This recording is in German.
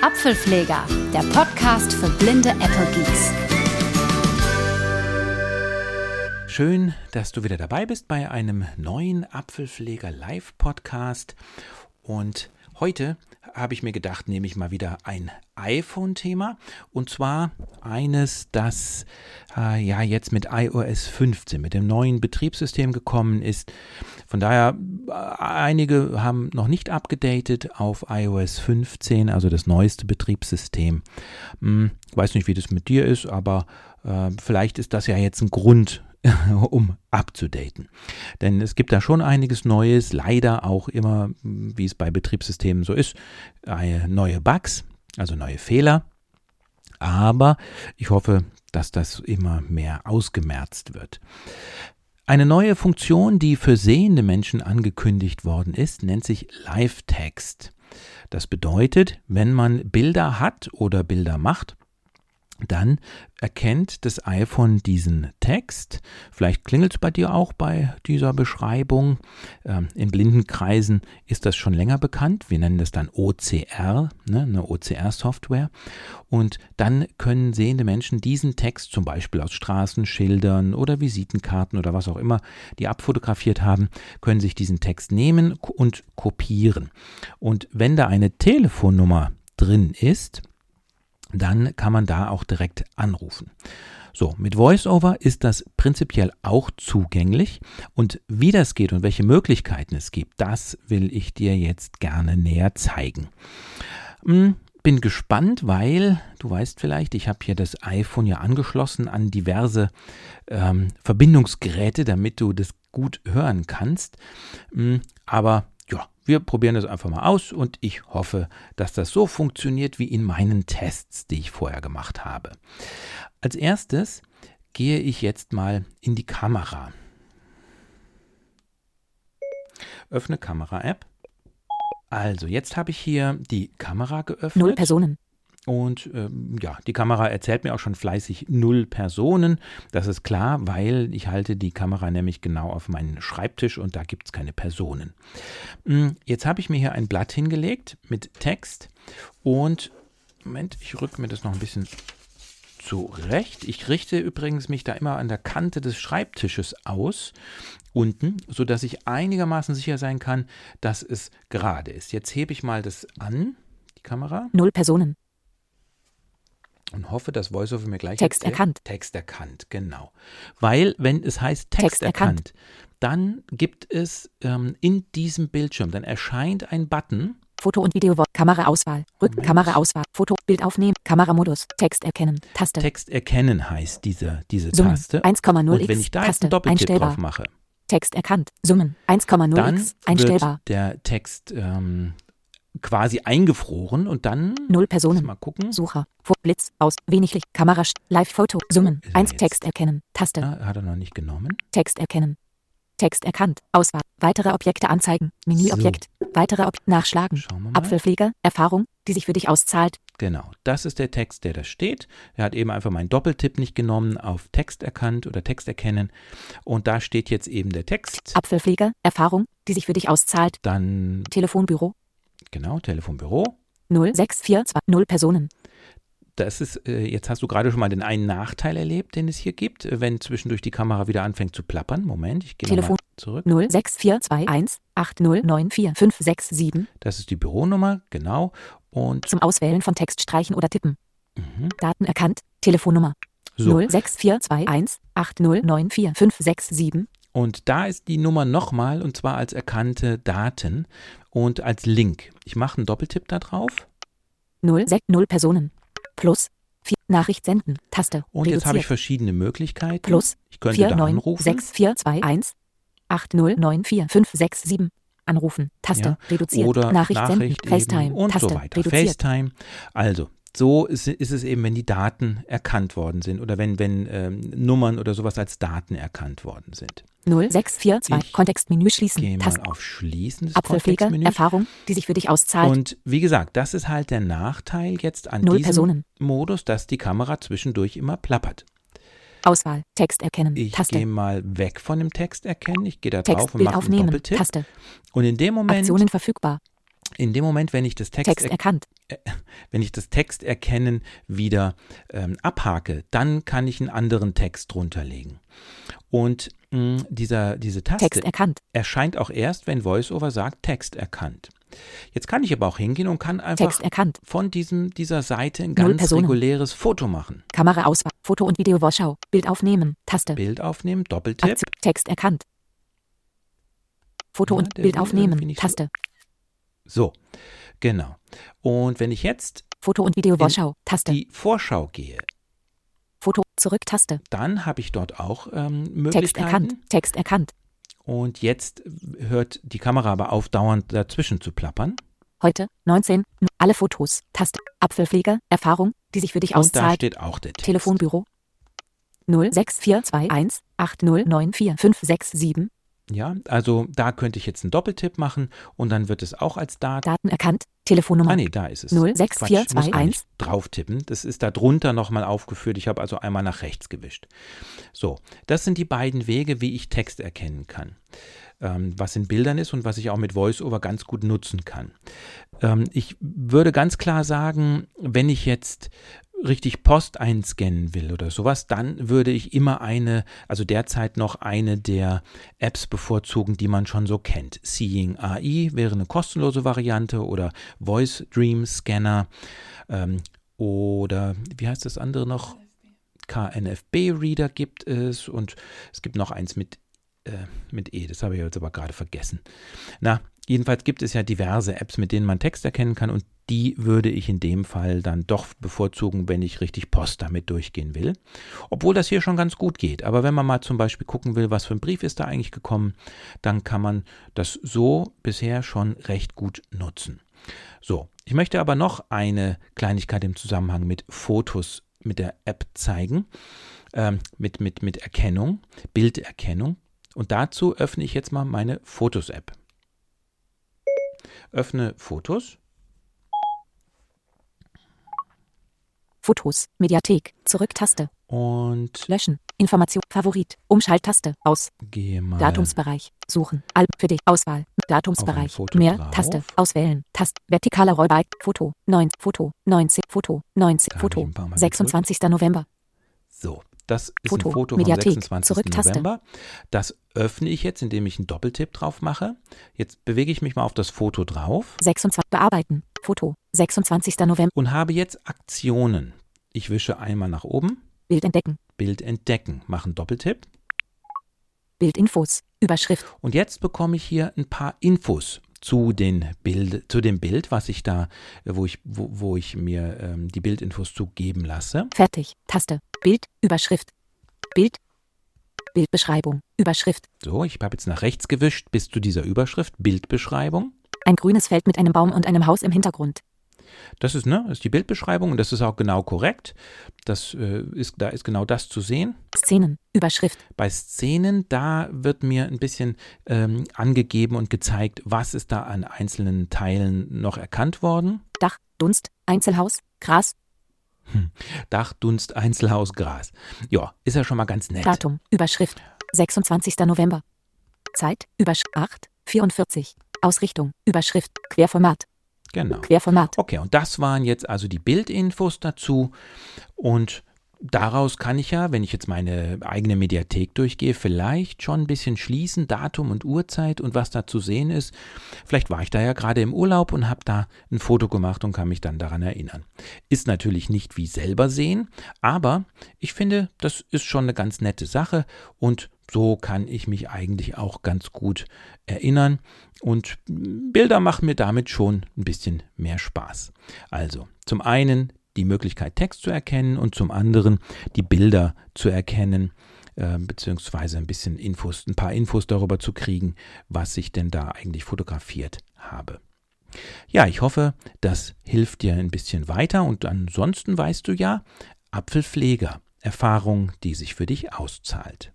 Apfelpfleger, der Podcast für blinde Apple-Geeks. Schön, dass du wieder dabei bist bei einem neuen Apfelpfleger Live-Podcast. Und heute habe ich mir gedacht, nehme ich mal wieder ein iPhone-Thema. Und zwar eines, das jetzt mit iOS 15, mit dem neuen Betriebssystem gekommen ist. Von daher, einige haben noch nicht abgedatet auf iOS 15, also das neueste Betriebssystem. Weiß nicht, wie das mit dir ist, aber vielleicht ist das ja jetzt ein Grund, um abzudaten. Denn es gibt da schon einiges Neues, leider auch immer, wie es bei Betriebssystemen so ist, neue Bugs, also neue Fehler. Aber ich hoffe, dass das immer mehr ausgemerzt wird. Eine neue Funktion, die für sehende Menschen angekündigt worden ist, nennt sich Live-Text. Das bedeutet, wenn man Bilder hat oder Bilder macht, dann erkennt das iPhone diesen Text. Vielleicht klingelt es bei dir auch bei dieser Beschreibung. In Blindenkreisen ist das schon länger bekannt. Wir nennen das dann OCR, eine OCR-Software. Und dann können sehende Menschen diesen Text zum Beispiel aus Straßenschildern oder Visitenkarten oder was auch immer, die abfotografiert haben, können sich diesen Text nehmen und kopieren. Und wenn da eine Telefonnummer drin ist, dann kann man da auch direkt anrufen. So, mit VoiceOver ist das prinzipiell auch zugänglich und wie das geht und welche Möglichkeiten es gibt, das will ich dir jetzt gerne näher zeigen. Bin gespannt, weil, du weißt vielleicht, ich habe hier das iPhone ja angeschlossen an diverse Verbindungsgeräte, damit du das gut hören kannst, aber wir probieren das einfach mal aus und ich hoffe, dass das so funktioniert wie in meinen Tests, die ich vorher gemacht habe. Als erstes gehe ich jetzt mal in die Kamera. Öffne Kamera-App. Also, jetzt habe ich hier die Kamera geöffnet. 0 Personen. Und die Kamera erzählt mir auch schon fleißig 0 Personen. Das ist klar, weil ich halte die Kamera nämlich genau auf meinen Schreibtisch und da gibt es keine Personen. Jetzt habe ich mir hier ein Blatt hingelegt mit Text und, Moment, ich rücke mir das noch ein bisschen zurecht. Ich richte übrigens mich da immer an der Kante des Schreibtisches aus, unten, sodass ich einigermaßen sicher sein kann, dass es gerade ist. Jetzt hebe ich mal das an, die Kamera. 0 Personen. Und hoffe, dass VoiceOver mir gleich Text erzählt. erkannt. Text erkannt, genau. Weil, wenn es heißt Text erkannt, dann gibt es in diesem Bildschirm, dann erscheint ein Button. Foto- und Video, Kameraauswahl, Kamerauswahl, Foto, Bild aufnehmen, Kameramodus, Text erkennen, Taste. Text erkennen heißt diese Summen, Taste. 1,0x, Und wenn ich da jetzt einen Doppeltipp drauf mache, Text erkannt, Summen, 1,0x, dann einstellbar. wird der Text quasi eingefroren und dann 0 Personen. mal gucken. Sucher, Blitz, aus, wenig Licht, Kamera, Live-Foto, Summen, 1 jetzt? Text erkennen, Taste. Hat er noch nicht genommen. Text erkennen. Text erkannt, Auswahl, weitere Objekte anzeigen, Menüobjekt, weitere Nachschlagen, Schauen wir mal. Apfelpfleger, Erfahrung, die sich für dich auszahlt. Genau, das ist der Text, der da steht. Er hat eben einfach meinen Doppeltipp nicht genommen auf Text erkannt oder Text erkennen. Und da steht jetzt eben der Text. Apfelpfleger, Erfahrung, die sich für dich auszahlt. Dann, Telefonbüro, genau, Telefonbüro. 0642, 0 Personen. Das ist, jetzt hast du gerade schon mal den einen Nachteil erlebt, den es hier gibt, wenn zwischendurch die Kamera wieder anfängt zu plappern. Moment, ich gehe nochmal zurück. 06421 8094567. Das ist die Büronummer, genau. Und Zum Auswählen von Text streichen oder tippen. Daten erkannt, Telefonnummer. so. 06421 8094567. Und da ist die Nummer nochmal, und zwar als erkannte Daten und als Link. Ich mache einen Doppeltipp da drauf. 0 Personen. Plus 4 Nachricht senden. Taste. Und jetzt habe ich verschiedene Möglichkeiten. Plus Ich könnte da anrufen. 6421 8094567. Anrufen. Taste. Ja. Reduziert. Oder Nachricht senden. Nachricht FaceTime. eben und Taste. so weiter. Reduziert. FaceTime. Also, so ist es eben, wenn die Daten erkannt worden sind oder wenn Nummern oder sowas als Daten erkannt worden sind. 0642 Kontextmenü schließen. Gehe mal Taste. auf Schließen des Apfelpfleger, Kontextmenüs. Erfahrung, die sich für dich auszahlt. Und wie gesagt, das ist halt der Nachteil jetzt an 0 diesem Personen. Modus, dass die Kamera zwischendurch immer plappert. Auswahl. Text erkennen. Ich Taste. gehe mal weg von dem Text erkennen. Ich gehe da Text, drauf und Bild mache einen aufnehmen. Doppeltipp. Taste. Und in dem Moment, Aktionen verfügbar. wenn ich das Text erkannt. Texterkennen wieder abhake, dann kann ich einen anderen Text drunter legen. Und diese Taste Text erkannt. erscheint auch erst, wenn VoiceOver sagt, Text erkannt. Jetzt kann ich aber auch hingehen und kann einfach Text erkannt. von dieser Seite ein 0 ganz Personen. reguläres Foto machen. Kameraauswahl. Foto- und Videovorschau. Bild aufnehmen. Taste. Bild aufnehmen, Doppeltipp. Text erkannt. Foto Ja, und der Bild will aufnehmen. irgendwie nicht so- Taste. So, genau. Und wenn ich jetzt Foto- und Videovorschau. Taste. die Vorschau gehe, Foto. Zurück. Taste. dann habe ich dort auch Text Möglichkeiten. erkannt. Text erkannt. Und jetzt hört die Kamera aber auf, dauernd dazwischen zu plappern. Heute. 19. Alle Fotos. Taste. Apfelpflege. Erfahrung, die sich für dich Und da auszahlt. steht auch der Text. Telefonbüro. 06421 8094567. Ja, also da könnte ich jetzt einen Doppeltipp machen und dann wird es auch als Daten erkannt. Telefonnummer. Ah nee, da ist es. 06421. Quatsch, muss gar nicht drauf tippen. Das ist da drunter nochmal aufgeführt. Ich habe also einmal nach rechts gewischt. So, das sind die beiden Wege, wie ich Text erkennen kann. Was in Bildern ist und was ich auch mit VoiceOver ganz gut nutzen kann. Ich würde ganz klar sagen, wenn ich jetzt richtig Post einscannen will oder sowas, dann würde ich immer derzeit noch eine der Apps bevorzugen, die man schon so kennt. Seeing AI wäre eine kostenlose Variante oder Voice Dream Scanner oder wie heißt das andere noch? KNFB Reader gibt es und es gibt noch eins mit E, das habe ich jetzt aber gerade vergessen. Na, jedenfalls gibt es ja diverse Apps, mit denen man Text erkennen kann und die würde ich in dem Fall dann doch bevorzugen, wenn ich richtig Post damit durchgehen will. Obwohl das hier schon ganz gut geht. Aber wenn man mal zum Beispiel gucken will, was für ein Brief ist da eigentlich gekommen, dann kann man das so bisher schon recht gut nutzen. So, ich möchte aber noch eine Kleinigkeit im Zusammenhang mit Fotos mit der App zeigen, mit Erkennung, Bilderkennung. Und dazu öffne ich jetzt mal meine Fotos-App. Öffne Fotos. Fotos. Mediathek. Zurück-Taste. Und Löschen. Information. Favorit. Umschalttaste. Aus. gehe mal Datumsbereich. Suchen. Alb. Für dich. Auswahl. auf ein Datumsbereich. Foto Mehr. drauf. Taste. Auswählen. Taste. Vertikaler Rollbalken. Foto. 9. Foto. 19. Foto. 19. Da habe ich Foto. ein paar Mal 26. November. So, das ist Foto, ein Foto Mediathek, vom 26. Zurück-Taste. November. Das öffne ich jetzt, indem ich einen Doppeltipp drauf mache. Jetzt bewege ich mich mal auf das Foto drauf 26. Bearbeiten. Foto. 26. November. und habe jetzt Aktionen. Ich wische einmal nach oben, Bild entdecken. Bild entdecken, mache einen Doppeltipp Bildinfos. Überschrift. und jetzt bekomme ich hier ein paar Infos zu dem Bild, was ich da, wo ich mir die Bildinfos zugeben lasse. Fertig. Taste. Bild. Überschrift. Bild. Bildbeschreibung. Überschrift. So, ich habe jetzt nach rechts gewischt bis zu dieser Überschrift, Bildbeschreibung. Ein grünes Feld mit einem Baum und einem Haus im Hintergrund. Das ist die Bildbeschreibung und das ist auch genau korrekt. Da ist genau das zu sehen. Szenen. Überschrift. Bei Szenen, da wird mir ein bisschen angegeben und gezeigt, was ist da an einzelnen Teilen noch erkannt worden. Dach. Dunst. Einzelhaus. Gras. Dach, Dunst, Einzelhaus, Gras. Ja, ist ja schon mal ganz nett. Datum. Überschrift. 26. November. Zeit. Überschrift. 8:44. Ausrichtung. Überschrift. Querformat. Genau. Querformat. Okay, und das waren jetzt also die Bildinfos dazu und daraus kann ich ja, wenn ich jetzt meine eigene Mediathek durchgehe, vielleicht schon ein bisschen schließen, Datum und Uhrzeit und was da zu sehen ist. Vielleicht war ich da ja gerade im Urlaub und habe da ein Foto gemacht und kann mich dann daran erinnern. Ist natürlich nicht wie selber sehen, aber ich finde, das ist schon eine ganz nette Sache und so kann ich mich eigentlich auch ganz gut erinnern und Bilder machen mir damit schon ein bisschen mehr Spaß. Also zum einen die Möglichkeit, Text zu erkennen und zum anderen die Bilder zu erkennen, beziehungsweise ein paar Infos darüber zu kriegen, was ich denn da eigentlich fotografiert habe. Ja, ich hoffe, das hilft dir ein bisschen weiter und ansonsten weißt du ja, Apfelpfleger, Erfahrung, die sich für dich auszahlt.